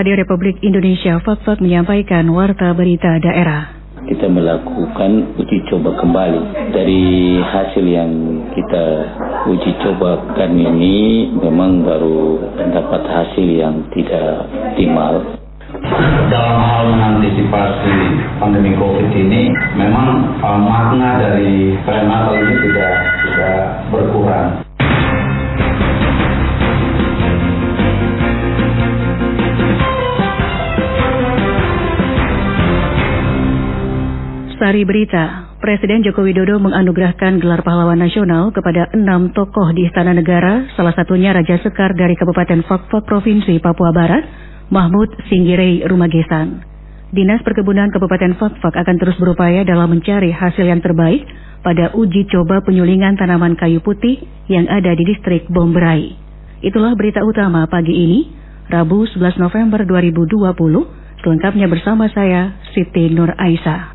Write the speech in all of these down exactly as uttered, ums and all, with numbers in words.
Radio Republik Indonesia Fakfak menyampaikan warta berita daerah. Kita melakukan uji coba kembali. Dari hasil yang kita uji cobakan ini memang baru mendapat hasil yang tidak optimal. Dalam hal mengantisipasi pandemi COVID ini, memang uh, makna dari prenatal ini tidak tidak berkurang. Sari berita, Presiden Joko Widodo menganugerahkan gelar pahlawan nasional kepada enam tokoh di Istana Negara, salah satunya Raja Sekar dari Kabupaten Fakfak Provinsi Papua Barat, Mahmud Singgirei Rumagesan. Dinas Perkebunan Kabupaten Fakfak akan terus berupaya dalam mencari hasil yang terbaik pada uji coba penyulingan tanaman kayu putih yang ada di distrik Bomberai. Itulah berita utama pagi ini, Rabu sebelas November dua ribu dua puluh. Selengkapnya bersama saya, Siti Nur Aisyah.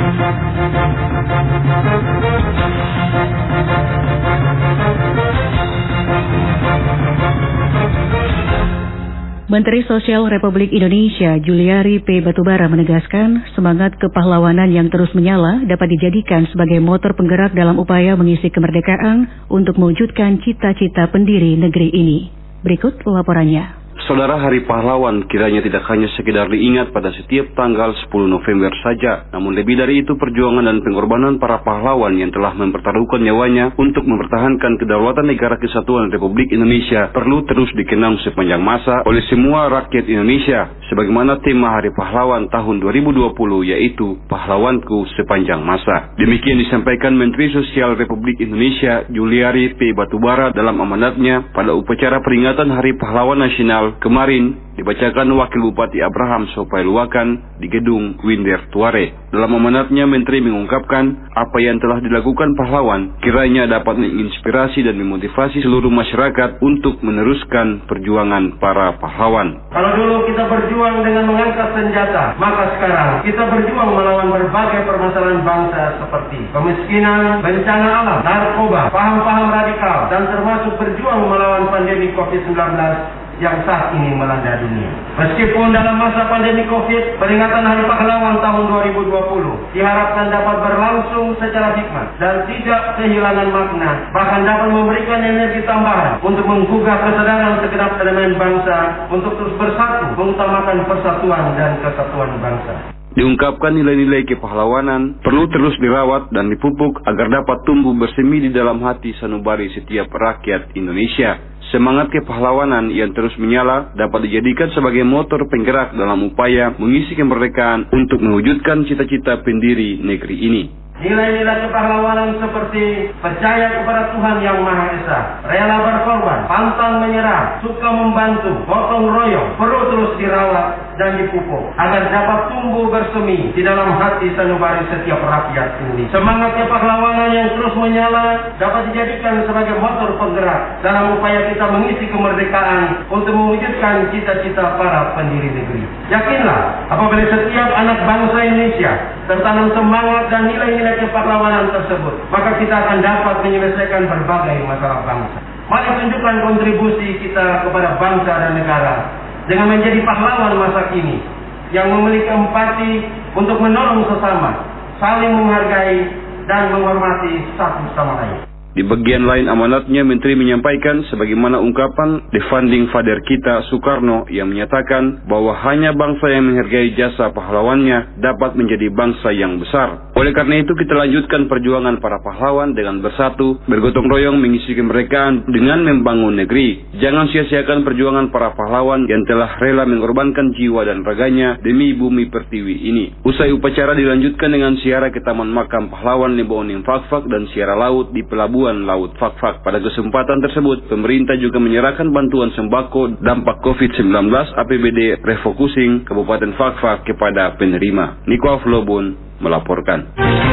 Menteri Sosial Republik Indonesia Juliari P. Batubara menegaskan semangat kepahlawanan yang terus menyala dapat dijadikan sebagai motor penggerak dalam upaya mengisi kemerdekaan untuk mewujudkan cita-cita pendiri negeri ini. Berikut laporannya. Saudara, Hari Pahlawan kiranya tidak hanya sekedar diingat pada setiap tanggal sepuluh November saja, namun lebih dari itu perjuangan dan pengorbanan para pahlawan yang telah mempertaruhkan nyawanya untuk mempertahankan kedaulatan negara kesatuan Republik Indonesia perlu terus dikenang sepanjang masa oleh semua rakyat Indonesia, sebagaimana tema Hari Pahlawan tahun dua ribu dua puluh yaitu Pahlawanku Sepanjang Masa. Demikian disampaikan Menteri Sosial Republik Indonesia Juliari P. Batubara dalam amanatnya pada upacara peringatan Hari Pahlawan Nasional kemarin dibacakan Wakil Bupati Abraham Sopailuakan di Gedung Winder Tuare. Dalam amanatnya, Menteri mengungkapkan apa yang telah dilakukan pahlawan kiranya dapat menginspirasi dan memotivasi seluruh masyarakat untuk meneruskan perjuangan para pahlawan. Kalau dulu kita berjuang dengan mengangkat senjata, maka sekarang kita berjuang melawan berbagai permasalahan bangsa seperti kemiskinan, bencana alam, narkoba, paham-paham radikal, dan termasuk berjuang melawan pandemi covid sembilan belas yang saat ini melanda dunia. Meskipun dalam masa pandemi COVID, peringatan Hari Pahlawan tahun dua ribu dua puluh diharapkan dapat berlangsung secara hikmat dan tidak kehilangan makna, bahkan dapat memberikan energi tambahan untuk menggugah kesadaran segenap elemen bangsa untuk terus bersatu, mengutamakan persatuan dan kesatuan bangsa. Diungkapkan nilai-nilai kepahlawanan perlu terus dirawat dan dipupuk agar dapat tumbuh bersemi di dalam hati sanubari setiap rakyat Indonesia. Semangat kepahlawanan yang terus menyala dapat dijadikan sebagai motor penggerak dalam upaya mengisi kemerdekaan untuk mewujudkan cita-cita pendiri negeri ini. Nilai-nilai kepahlawanan seperti percaya kepada Tuhan Yang Maha Esa, rela berkorban, pantang menyerah, suka membantu, gotong royong perlu terus dirawat dan dipupuk agar dapat tumbuh bersemi di dalam hati sanubari setiap rakyat ini. Semangat kepahlawanan yang terus menyala dapat dijadikan sebagai motor penggerak dalam upaya kita mengisi kemerdekaan untuk mewujudkan cita-cita para pendiri negeri. Yakinlah, apabila setiap anak bangsa Indonesia tertanam semangat dan nilai-nilai kepahlawanan tersebut, maka kita akan dapat menyelesaikan berbagai masalah bangsa. Mari tunjukkan kontribusi kita kepada bangsa dan negara dengan menjadi pahlawan masa kini yang memiliki empati untuk menolong sesama, saling menghargai dan menghormati satu sama lain. Di bagian lain amanatnya, Menteri menyampaikan sebagaimana ungkapan The Founding Father kita, Soekarno, yang menyatakan bahwa hanya bangsa yang menghargai jasa pahlawannya dapat menjadi bangsa yang besar. Oleh karena itu, kita lanjutkan perjuangan para pahlawan dengan bersatu, bergotong royong mengisi kemerdekaan dengan membangun negeri. Jangan sia-siakan perjuangan para pahlawan yang telah rela mengorbankan jiwa dan raganya demi bumi pertiwi ini. Usai upacara dilanjutkan dengan ziarah ke Taman Makam Pahlawan Lembooning Fakfak dan ziarah laut di Pelabuhan Laut Fakfak. Pada kesempatan tersebut, pemerintah juga menyerahkan bantuan sembako dampak covid sembilan belas A P B D Refocusing Kabupaten Fakfak kepada penerima. Niko Aflobun melaporkan.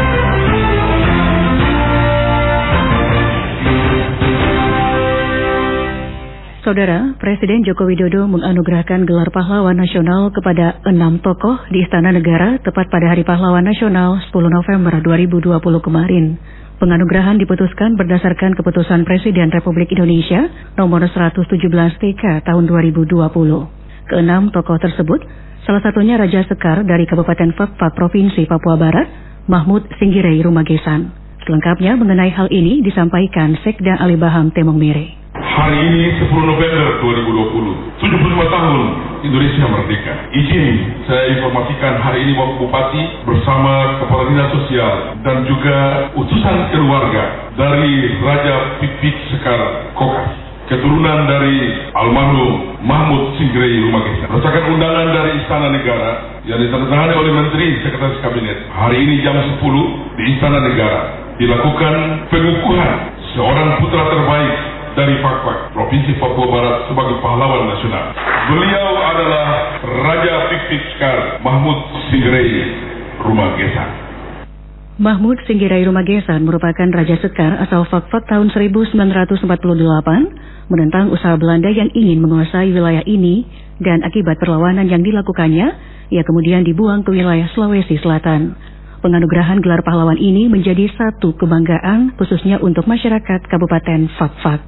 Saudara, Presiden Joko Widodo menganugerahkan gelar pahlawan nasional kepada enam tokoh di Istana Negara tepat pada Hari Pahlawan Nasional sepuluh November dua ribu dua puluh kemarin. Penganugerahan diputuskan berdasarkan keputusan Presiden Republik Indonesia nomor seratus tujuh belas T K tahun dua ribu dua puluh. Keenam tokoh tersebut, salah satunya Raja Sekar dari Kabupaten Fakfak Provinsi Papua Barat, Mahmud Singgirei Rumagesan. Selengkapnya mengenai hal ini disampaikan Sekda Alibaham Temong Mere. Hari ini sepuluh November dua ribu dua puluh, tujuh puluh lima tahun Indonesia merdeka. Izin saya informasikan hari ini Bapak Bupati bersama Kepala Dinas Sosial dan juga utusan keluarga dari Raja Pipit Sekar Kokas, keturunan dari almarhum Mahmud Singgirei Rumagesan, merasakan undangan dari Istana Negara yang ditandatangani oleh Menteri Sekretaris Kabinet. Hari ini jam sepuluh di Istana Negara dilakukan pengukuhan seorang putra terbaik dari Fakfak Provinsi Papua Barat sebagai pahlawan nasional. Beliau adalah Raja Pipit Sekar Mahmud Singgirei Rumagesan. Mahmud Singgirei Rumagesan merupakan Raja Sekar asal Fakfak tahun seribu sembilan ratus empat puluh delapan, menentang usaha Belanda yang ingin menguasai wilayah ini, dan akibat perlawanan yang dilakukannya, ia kemudian dibuang ke wilayah Sulawesi Selatan. Penganugerahan gelar pahlawan ini menjadi satu kebanggaan khususnya untuk masyarakat Kabupaten Fakfak.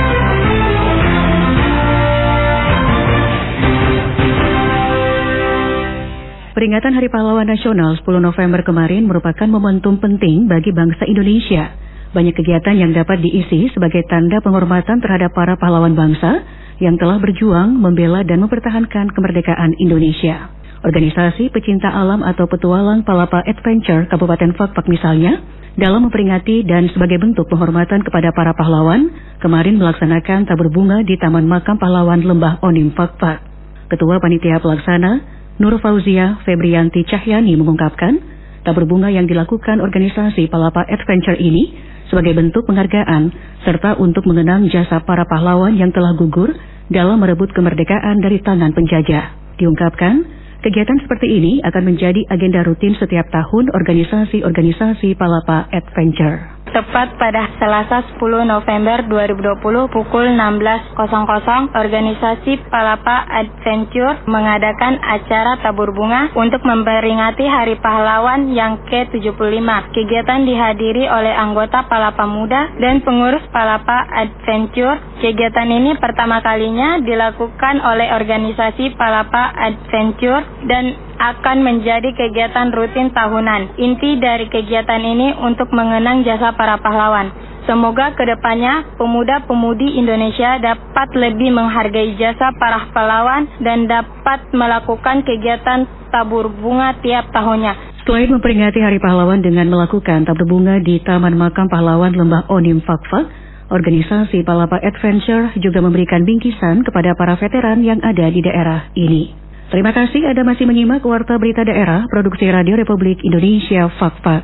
Peringatan Hari Pahlawan Nasional sepuluh November kemarin merupakan momentum penting bagi bangsa Indonesia. Banyak kegiatan yang dapat diisi sebagai tanda penghormatan terhadap para pahlawan bangsa yang telah berjuang, membela dan mempertahankan kemerdekaan Indonesia. Organisasi pecinta alam atau petualang Palapa Adventure Kabupaten Fakfak misalnya, dalam memperingati dan sebagai bentuk penghormatan kepada para pahlawan, kemarin melaksanakan tabur bunga di Taman Makam Pahlawan Lembah Onim Fakfak. Ketua Panitia Pelaksana, Nur Fauzia Febrianti Cahyani mengungkapkan, tabur bunga yang dilakukan organisasi Palapa Adventure ini sebagai bentuk penghargaan serta untuk mengenang jasa para pahlawan yang telah gugur dalam merebut kemerdekaan dari tangan penjajah. Diungkapkan, kegiatan seperti ini akan menjadi agenda rutin setiap tahun organisasi-organisasi Palapa Adventure. Tepat pada Selasa sepuluh November dua ribu dua puluh pukul enam belas organisasi Palapa Adventure mengadakan acara tabur bunga untuk memperingati Hari Pahlawan yang ke tujuh puluh lima. Kegiatan dihadiri oleh anggota Palapa Muda dan pengurus Palapa Adventure. Kegiatan ini pertama kalinya dilakukan oleh organisasi Palapa Adventure dan akan menjadi kegiatan rutin tahunan. Inti dari kegiatan ini untuk mengenang jasa para pahlawan. Semoga kedepannya pemuda-pemudi Indonesia dapat lebih menghargai jasa para pahlawan dan dapat melakukan kegiatan tabur bunga tiap tahunnya. Selain memperingati Hari Pahlawan dengan melakukan tabur bunga di Taman Makam Pahlawan Lembah Onim Fakfak, organisasi Palapa Adventure juga memberikan bingkisan kepada para veteran yang ada di daerah ini. Terima kasih Anda masih menyimak Warta Berita Daerah Produksi Radio Republik Indonesia Fakfak.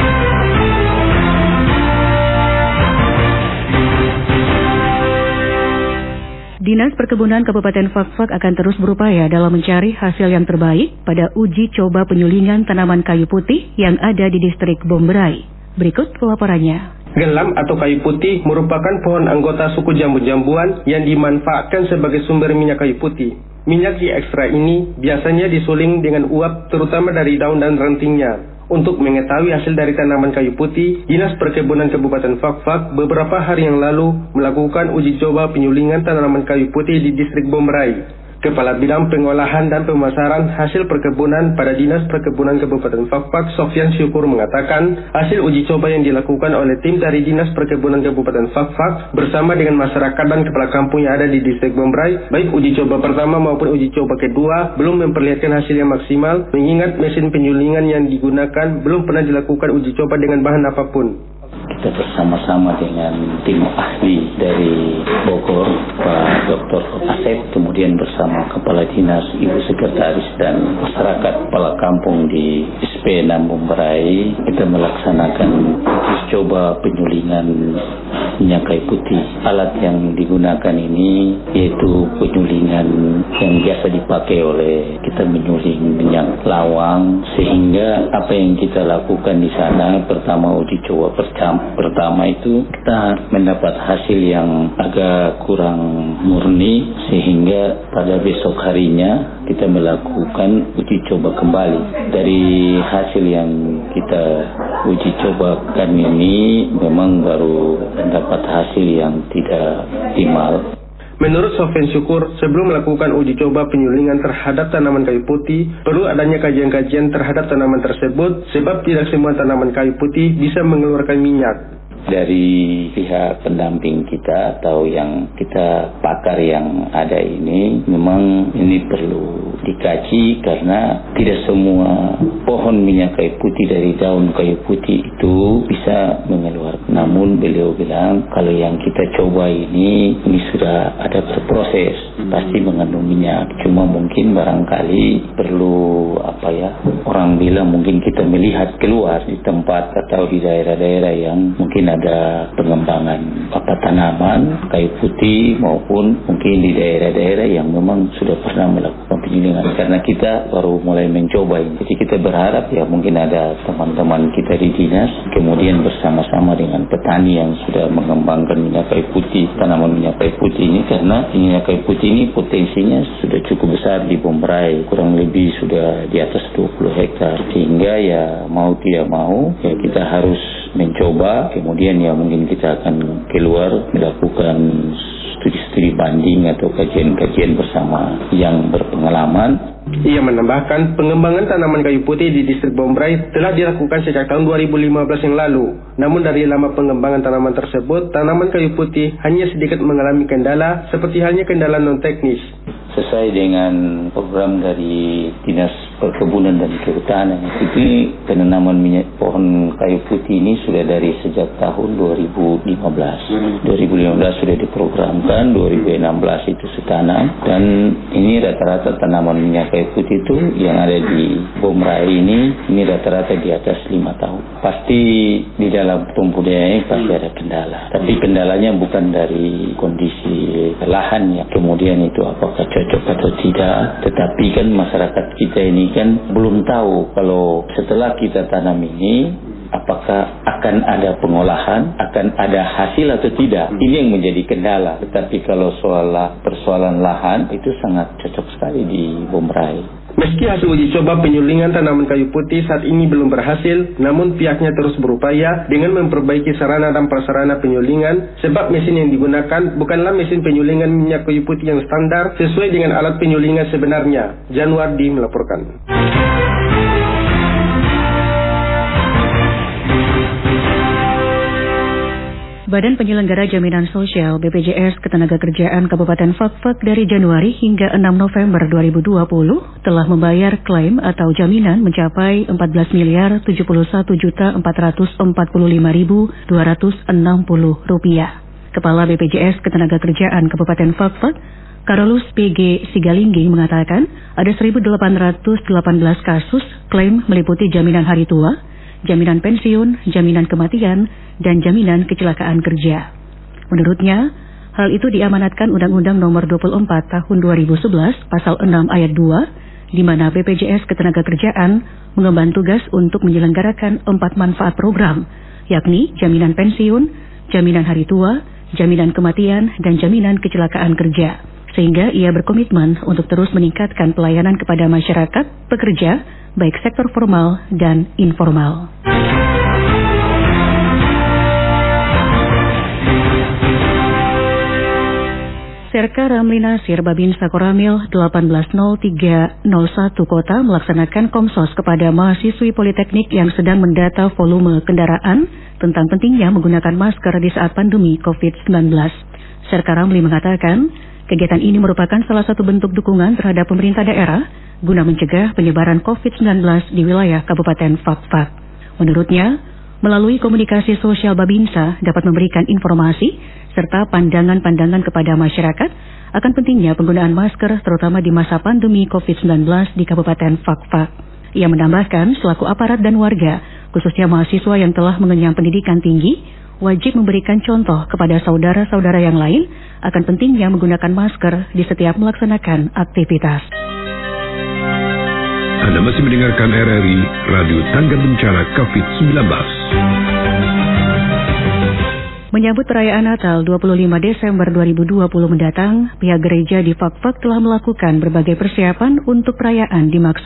Dinas Perkebunan Kabupaten Fakfak akan terus berupaya dalam mencari hasil yang terbaik pada uji coba penyulingan tanaman kayu putih yang ada di distrik Bomberai. Berikut laporannya. Gelam atau kayu putih merupakan pohon anggota suku jambu-jambuan yang dimanfaatkan sebagai sumber minyak kayu putih. Minyak diekstrak ini biasanya disuling dengan uap terutama dari daun dan rantingnya. Untuk mengetahui hasil dari tanaman kayu putih, Dinas Perkebunan Kabupaten Fakfak beberapa hari yang lalu melakukan uji coba penyulingan tanaman kayu putih di distrik Bomberai. Kepala Bidang Pengolahan dan Pemasaran Hasil Perkebunan pada Dinas Perkebunan Kabupaten Fakfak, Sofyan Syukur mengatakan, hasil uji coba yang dilakukan oleh tim dari Dinas Perkebunan Kabupaten Fakfak bersama dengan masyarakat dan kepala kampung yang ada di distrik Bomberai, baik uji coba pertama maupun uji coba kedua, belum memperlihatkan hasil yang maksimal, mengingat mesin penyulingan yang digunakan belum pernah dilakukan uji coba dengan bahan apapun. Kita bersama-sama dengan tim ahli dari Bogor, Pak Doktor Asep, kemudian bersama Kepala Dinas, Ibu Sekretaris, dan masyarakat kepala kampung di S P enam Bomberai, kita melaksanakan uji coba penyulingan minyak kayu putih. Alat yang digunakan ini yaitu penyulingan yang biasa dipakai oleh kita menyuling minyak lawang, sehingga apa yang kita lakukan di sana, pertama uji coba pertama Pertama itu kita mendapat hasil yang agak kurang murni, sehingga pada besok harinya kita melakukan uji coba kembali. Dari hasil yang kita uji cobakan ini memang baru mendapat hasil yang tidak optimal. Menurut Sofian Syukur, sebelum melakukan uji coba penyulingan terhadap tanaman kayu putih, perlu adanya kajian-kajian terhadap tanaman tersebut sebab tidak semua tanaman kayu putih bisa mengeluarkan minyak. Dari pihak pendamping kita atau yang kita pakar yang ada ini, memang ini perlu dikaji karena tidak semua pohon minyak kayu putih dari daun kayu putih itu bisa mengeluarkan. Namun beliau bilang kalau yang kita coba ini, ini sudah ada berproses, pasti mengandung minyak. Cuma mungkin barangkali perlu apa ya, orang bilang mungkin kita melihat keluar di tempat atau di daerah-daerah yang mungkin ada pengembangan apa tanaman kayu putih maupun mungkin di daerah-daerah yang memang sudah pernah melakukan penyulingan, karena kita baru mulai mencoba ini. Jadi kita berharap ya mungkin ada teman-teman kita di dinas kemudian bersama-sama dengan petani yang sudah mengembangkan minyak kayu putih, tanaman minyak kayu putih ini, karena minyak kayu putih ini potensinya sudah cukup besar di Bombrai, kurang lebih sudah di atas dua puluh hektar, sehingga ya mau tidak mau ya kita harus mencoba, kemudian ya mungkin kita akan keluar melakukan studi-studi banding atau kajian-kajian bersama yang berpengalaman. Ia menambahkan, pengembangan tanaman kayu putih di distrik Bombrai telah dilakukan sejak tahun dua ribu lima belas yang lalu. Namun dari lama pengembangan tanaman tersebut, tanaman kayu putih hanya sedikit mengalami kendala, seperti halnya kendala non-teknis. Sesuai dengan program dari Dinas Perkebunan dan Kehutanan, itu penanaman minyak pohon kayu putih ini sudah dari sejak tahun dua ribu lima belas. dua ribu lima belas sudah diprogramkan, dua ribu enam belas itu setanam, dan ini rata-rata tanaman minyak kayu putih itu yang ada di Bombrai ini, ini rata-rata di atas lima tahun. Pasti di dalam pembudayaan ini pasti ada kendala, tapi kendalanya bukan dari kondisi lahan ya, kemudian itu apakah cocok atau tidak, tetapi kan masyarakat kita ini kan belum tahu kalau setelah kita tanam ini apakah akan ada pengolahan, akan ada hasil atau tidak. Ini yang menjadi kendala. Tetapi kalau soal persoalan lahan itu sangat cocok sekali di Bombrai. Meski hasil uji coba penyulingan tanaman kayu putih saat ini belum berhasil, namun pihaknya terus berupaya dengan memperbaiki sarana dan prasarana penyulingan, sebab mesin yang digunakan bukanlah mesin penyulingan minyak kayu putih yang standar sesuai dengan alat penyulingan sebenarnya. Januardi melaporkan. Badan Penyelenggara Jaminan Sosial B P J S Ketenagakerjaan Kabupaten Fakfak dari Januari hingga enam November dua ribu dua puluh telah membayar klaim atau jaminan mencapai empat belas miliar tujuh puluh satu juta empat ratus empat puluh lima ribu dua ratus enam puluh rupiah. Kepala B P J S Ketenagakerjaan Kabupaten Fakfak, Karolus P G Sigalinggi mengatakan ada seribu delapan ratus delapan belas kasus klaim meliputi jaminan hari tua, jaminan pensiun, jaminan kematian, dan jaminan kecelakaan kerja. Menurutnya, hal itu diamanatkan Undang-Undang Nomor dua puluh empat Tahun dua ribu sebelas Pasal enam Ayat dua, di mana B P J S Ketenagakerjaan mengemban tugas untuk menyelenggarakan empat manfaat program, yakni jaminan pensiun, jaminan hari tua, jaminan kematian, dan jaminan kecelakaan kerja. Sehingga ia berkomitmen untuk terus meningkatkan pelayanan kepada masyarakat, pekerja, baik sektor formal dan informal. Serka Ramli Nasir Babinsa Koramil delapan belas nol tiga nol satu Kota melaksanakan komsos kepada mahasiswi Politeknik yang sedang mendata volume kendaraan tentang pentingnya menggunakan masker di saat pandemi covid sembilan belas. Serka Ramli mengatakan, kegiatan ini merupakan salah satu bentuk dukungan terhadap pemerintah daerah guna mencegah penyebaran covid sembilan belas di wilayah Kabupaten Fakfak. Menurutnya, melalui komunikasi sosial Babinsa dapat memberikan informasi serta pandangan-pandangan kepada masyarakat akan pentingnya penggunaan masker terutama di masa pandemi covid sembilan belas di Kabupaten Fakfak. Ia menambahkan selaku aparat dan warga, khususnya mahasiswa yang telah mengenyam pendidikan tinggi, wajib memberikan contoh kepada saudara-saudara yang lain akan pentingnya menggunakan masker di setiap melaksanakan aktivitas. Anda masih mendengarkan R R I Radio Tangga Bencana covid sembilan belas. Menyambut perayaan Natal dua puluh lima Desember dua ribu dua puluh mendatang, pihak gereja di Fakfak telah melakukan berbagai persiapan untuk perayaan dimaksud.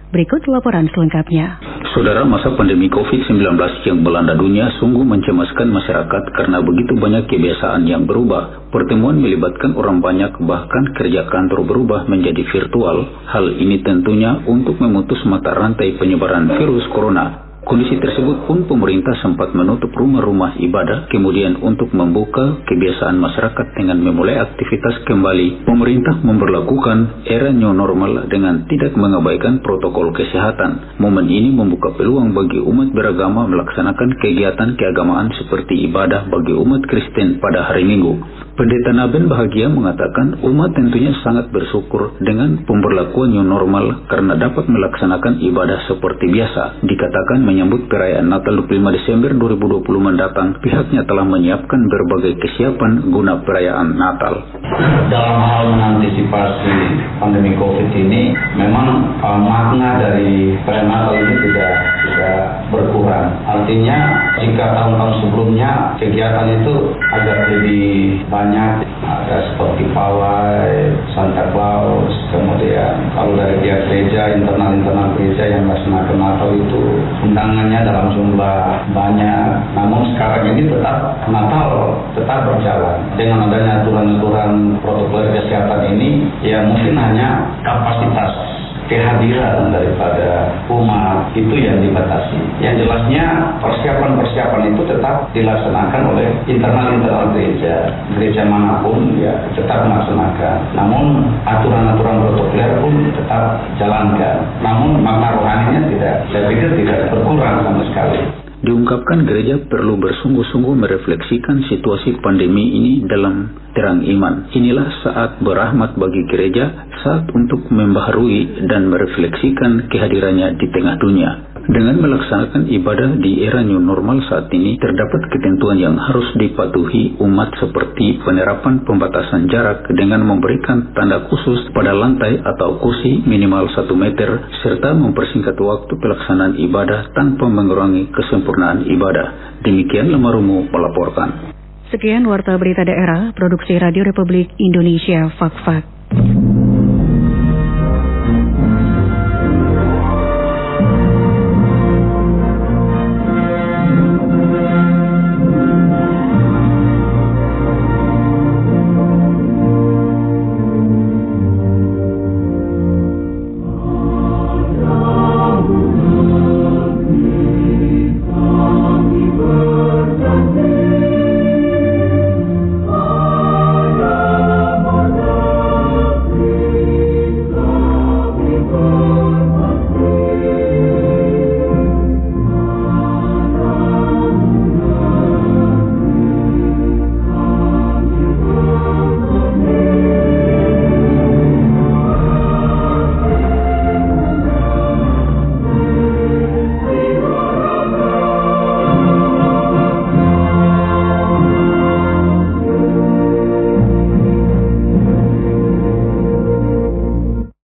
Berikut laporan selengkapnya. Saudara, masa pandemi covid sembilan belas yang melanda dunia sungguh mencemaskan masyarakat karena begitu banyak kebiasaan yang berubah. Pertemuan melibatkan orang banyak, bahkan kerja kantor berubah menjadi virtual. Hal ini tentunya untuk memutus mata rantai penyebaran virus corona. Kondisi tersebut pun pemerintah sempat menutup rumah-rumah ibadah, kemudian untuk membuka kebiasaan masyarakat dengan memulai aktivitas kembali, pemerintah memberlakukan era new normal dengan tidak mengabaikan protokol kesehatan. Momen ini membuka peluang bagi umat beragama melaksanakan kegiatan keagamaan seperti ibadah bagi umat Kristen pada hari Minggu. Pendeta Naben Bahagia mengatakan umat tentunya sangat bersyukur dengan pemberlakuan new normal karena dapat melaksanakan ibadah seperti biasa. Dikatakan menyambut perayaan Natal dua puluh lima Desember dua ribu dua puluh mendatang, pihaknya telah menyiapkan berbagai kesiapan guna perayaan Natal. Dalam hal mengantisipasi pandemi COVID ini, memang uh, makna dari perayaan Natal ini tidak tidak berkurang. Artinya, jika tahun-tahun sebelumnya kegiatan itu agak lebih banyak, ada seperti pawai, Santa Claus, kemudian kalau dari pihak gereja, internal-internal gereja yang melaksanakan Natal itu undangannya dalam jumlah banyak. Namun sekarang ini tetap Natal tetap berjalan dengan adanya aturan-aturan protokol kesehatan ini, ya mungkin hanya kapasitas kehadiran daripada umat itu yang dibatasi. Yang jelasnya persiapan-persiapan itu tetap dilaksanakan oleh internal-internal gereja. Gereja manapun ya tetap melaksanakan. Namun aturan-aturan protokoler pun tetap jalankan. Namun makna rohaninya tidak, saya pikir tidak berkurang sama sekali. Diungkapkan gereja perlu bersungguh-sungguh merefleksikan situasi pandemi ini dalam terang iman. Inilah saat berahmat bagi gereja, saat untuk membaharui dan merefleksikan kehadirannya di tengah dunia. Dengan melaksanakan ibadah di era new normal saat ini, terdapat ketentuan yang harus dipatuhi umat seperti penerapan pembatasan jarak dengan memberikan tanda khusus pada lantai atau kursi minimal satu meter, serta mempersingkat waktu pelaksanaan ibadah tanpa mengurangi kesempurnaan ibadah. Demikian Lemarumu melaporkan. Sekian Warta Berita Daerah, Produksi Radio Republik Indonesia, Fak-Fak.